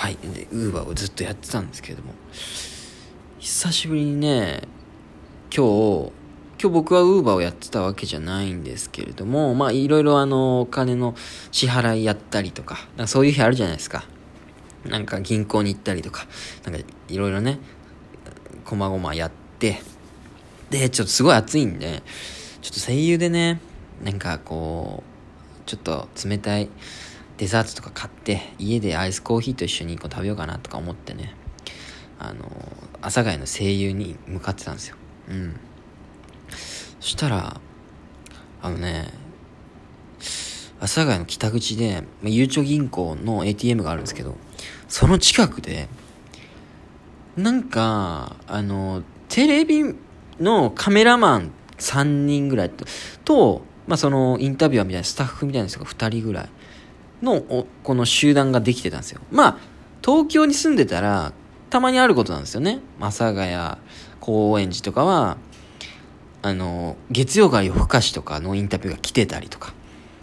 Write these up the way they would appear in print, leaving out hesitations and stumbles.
はい。で、ウーバーをずっとやってたんですけれども、久しぶりにね、今日僕はウーバーをやってたわけじゃないんですけれども、まあいろいろお金の支払いやったりとか、なんかそういう日あるじゃないですか。なんか銀行に行ったりとか、なんかいろいろね、こまごまやって、で、ちょっとすごい暑いんで、ちょっと声優でね、なんかこう、ちょっと冷たいデザートとか買って、家でアイスコーヒーと一緒にこう食べようかなとか思ってね、阿佐ヶ谷の声優に向かってたんですよ。そしたら、阿佐ヶ谷の北口で、ゆうちょ銀行の ATM があるんですけど、その近くで、なんか、テレビのカメラマン3人ぐらいと、そのインタビュアーみたいなスタッフみたいな人が2人ぐらいのこの集団ができてたんですよ。東京に住んでたらたまにあることなんですよね。阿佐ヶ谷、高円寺とかは月曜から夜更かしとかのインタビューが来てたりとか、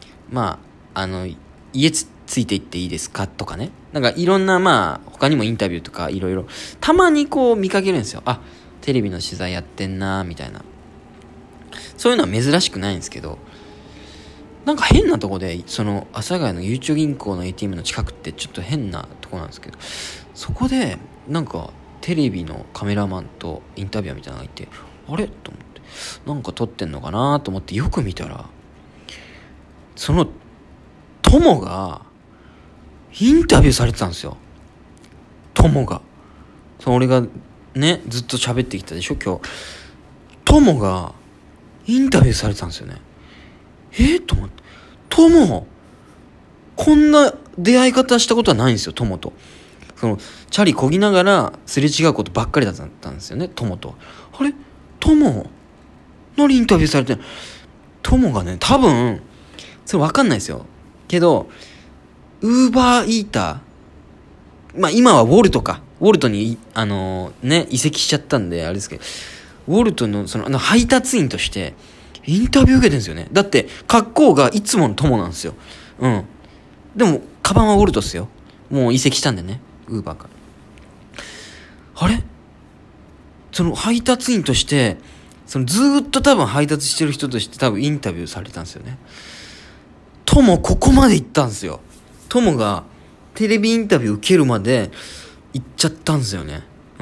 家ついていっていいですかとかね、なんかいろんな他にもインタビューとかいろいろたまにこう見かけるんですよ。あ、テレビの取材やってんなみたいな。そういうのは珍しくないんですけど、なんか変なとこで、その阿佐ヶ谷のゆうちょ銀行の ATM の近くってちょっと変なとこなんですけど、そこでなんかテレビのカメラマンとインタビュアーみたいなのがいて、あれと思って、なんか撮ってんのかなと思ってよく見たら、その友がインタビューされてたんですよ。友が、その俺がねずっと喋ってきたでしょ今日。友がインタビューされてたんですよね。と思って、友こんな出会い方したことはないんですよ。友とそのチャリこぎながらすれ違うことばっかりだったんですよね。友と、あれ、友何インタビューされてんの。友がね、多分それ分かんないですよけど、ウーバーイーター、今はウォルトに移籍しちゃったんであれですけど、ウォルトの配達員としてインタビュー受けてるんですよね。だって格好がいつもの友なんですよ。でもカバンはウォルトっすよ。もう移籍したんでね、ウーバーから。あれ、その配達員として、そのずーっと多分配達してる人として多分インタビューされたんですよね。友ここまで行ったんですよ。友がテレビインタビュー受けるまで行っちゃったんですよね。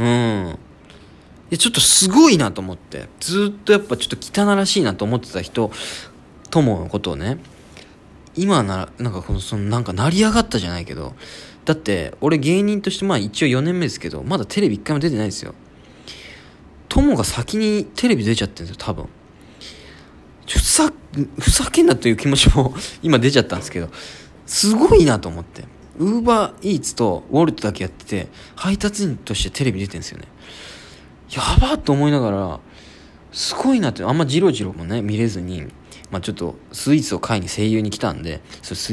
ちょっとすごいなと思って、ずっとやっぱちょっと汚らしいなと思ってた人、友のことをね、今ならなんかなんか成り上がったじゃないけど、だって俺芸人として一応4年目ですけど、まだテレビ1回も出てないですよ。友が先にテレビ出ちゃってるんですよ多分。ふざけんなという気持ちも今出ちゃったんですけど、すごいなと思って、ウーバーイーツとウォルトだけやってて配達員としてテレビ出てるんですよね。やばっと思いながら、すごいなって。あんまジロジロもね見れずに、ちょっとスイーツを買いに声優に来たんで、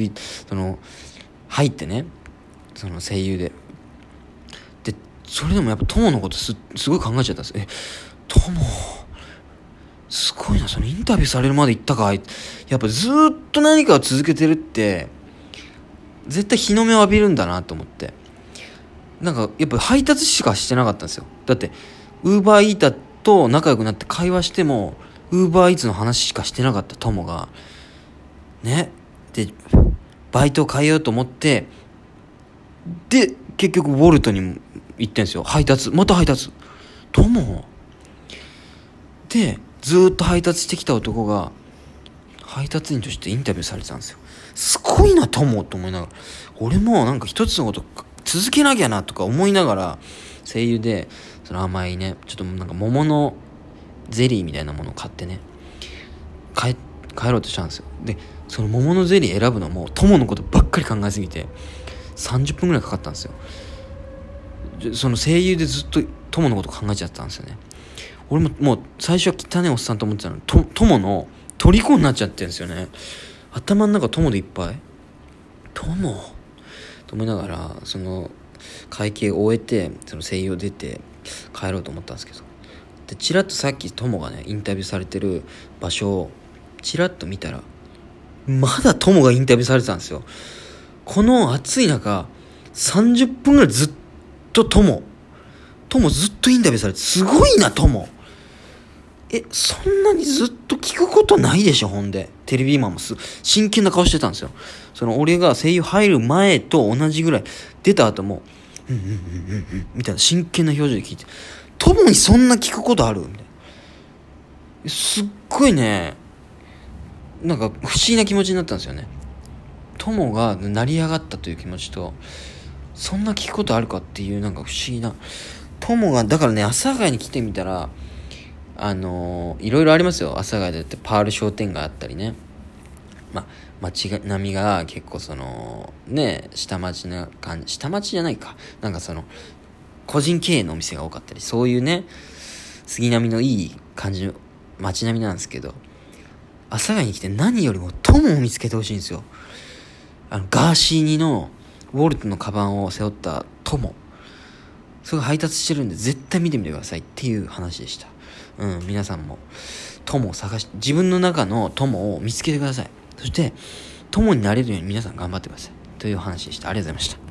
入ってね、その声優でそれでもやっぱ友のことすごい考えちゃったんです。友すごいな、そのインタビューされるまで行ったか。やっぱずっと何かを続けてるって絶対日の目を浴びるんだなと思って、なんかやっぱ配達しかしてなかったんですよ。だってウーバーイーターと仲良くなって会話してもウーバーイーツの話しかしてなかった友がね、でバイトを変えようと思って、で結局ウォルトに行ってんですよ。また配達友で、ずっと配達してきた男が配達員としてインタビューされてたんですよ。すごいな友と思いながら、俺もなんか一つのこと続けなきゃなとか思いながら、声優でその甘いね、ちょっとなんか桃のゼリーみたいなものを買ってね、帰ろうとしたんですよ。でその桃のゼリー選ぶのも友のことばっかり考えすぎて30分ぐらいかかったんですよ。その声優でずっと友のこと考えちゃったんですよね。俺もう最初は汚ねおっさんと思ってたのに、友の虜になっちゃってるんですよね。頭の中友でいっぱい。友と思いながら、その会計を終えて、その声優を出て帰ろうと思ったんですけど、でチラッとさっき友がねインタビューされてる場所をチラッと見たら、まだ友がインタビューされてたんですよ。この暑い中 30分ぐらいずっとトモずっとインタビューされて、すごいな、トモ。そんなにずっと聞くことないでしょ、ほんで。テレビマンも真剣な顔してたんですよ。俺が声優入る前と同じぐらい、出た後も、みたいな真剣な表情で聞いて、トモにそんな聞くことあるみたいな。すっごいね、なんか不思議な気持ちになったんですよね。トモが成り上がったという気持ちと、そんな聞くことあるかっていう、なんか不思議な。トモが、だからね、阿佐ヶ谷に来てみたら、いろいろありますよ。阿佐ヶ谷だってパール商店街あったりね。街並みが結構ね、下町な感じ、下町じゃないか。なんか個人経営のお店が多かったり、そういうね、杉並のいい感じの街並みなんですけど、阿佐ヶ谷に来て何よりもトモを見つけてほしいんですよ。ガーシーニのウォルトのカバンを背負ったトモ。それが配達してるんで絶対見てみてくださいっていう話でした。皆さんも友を自分の中の友を見つけてください。そして友になれるように皆さん頑張ってくださいという話でした。ありがとうございました。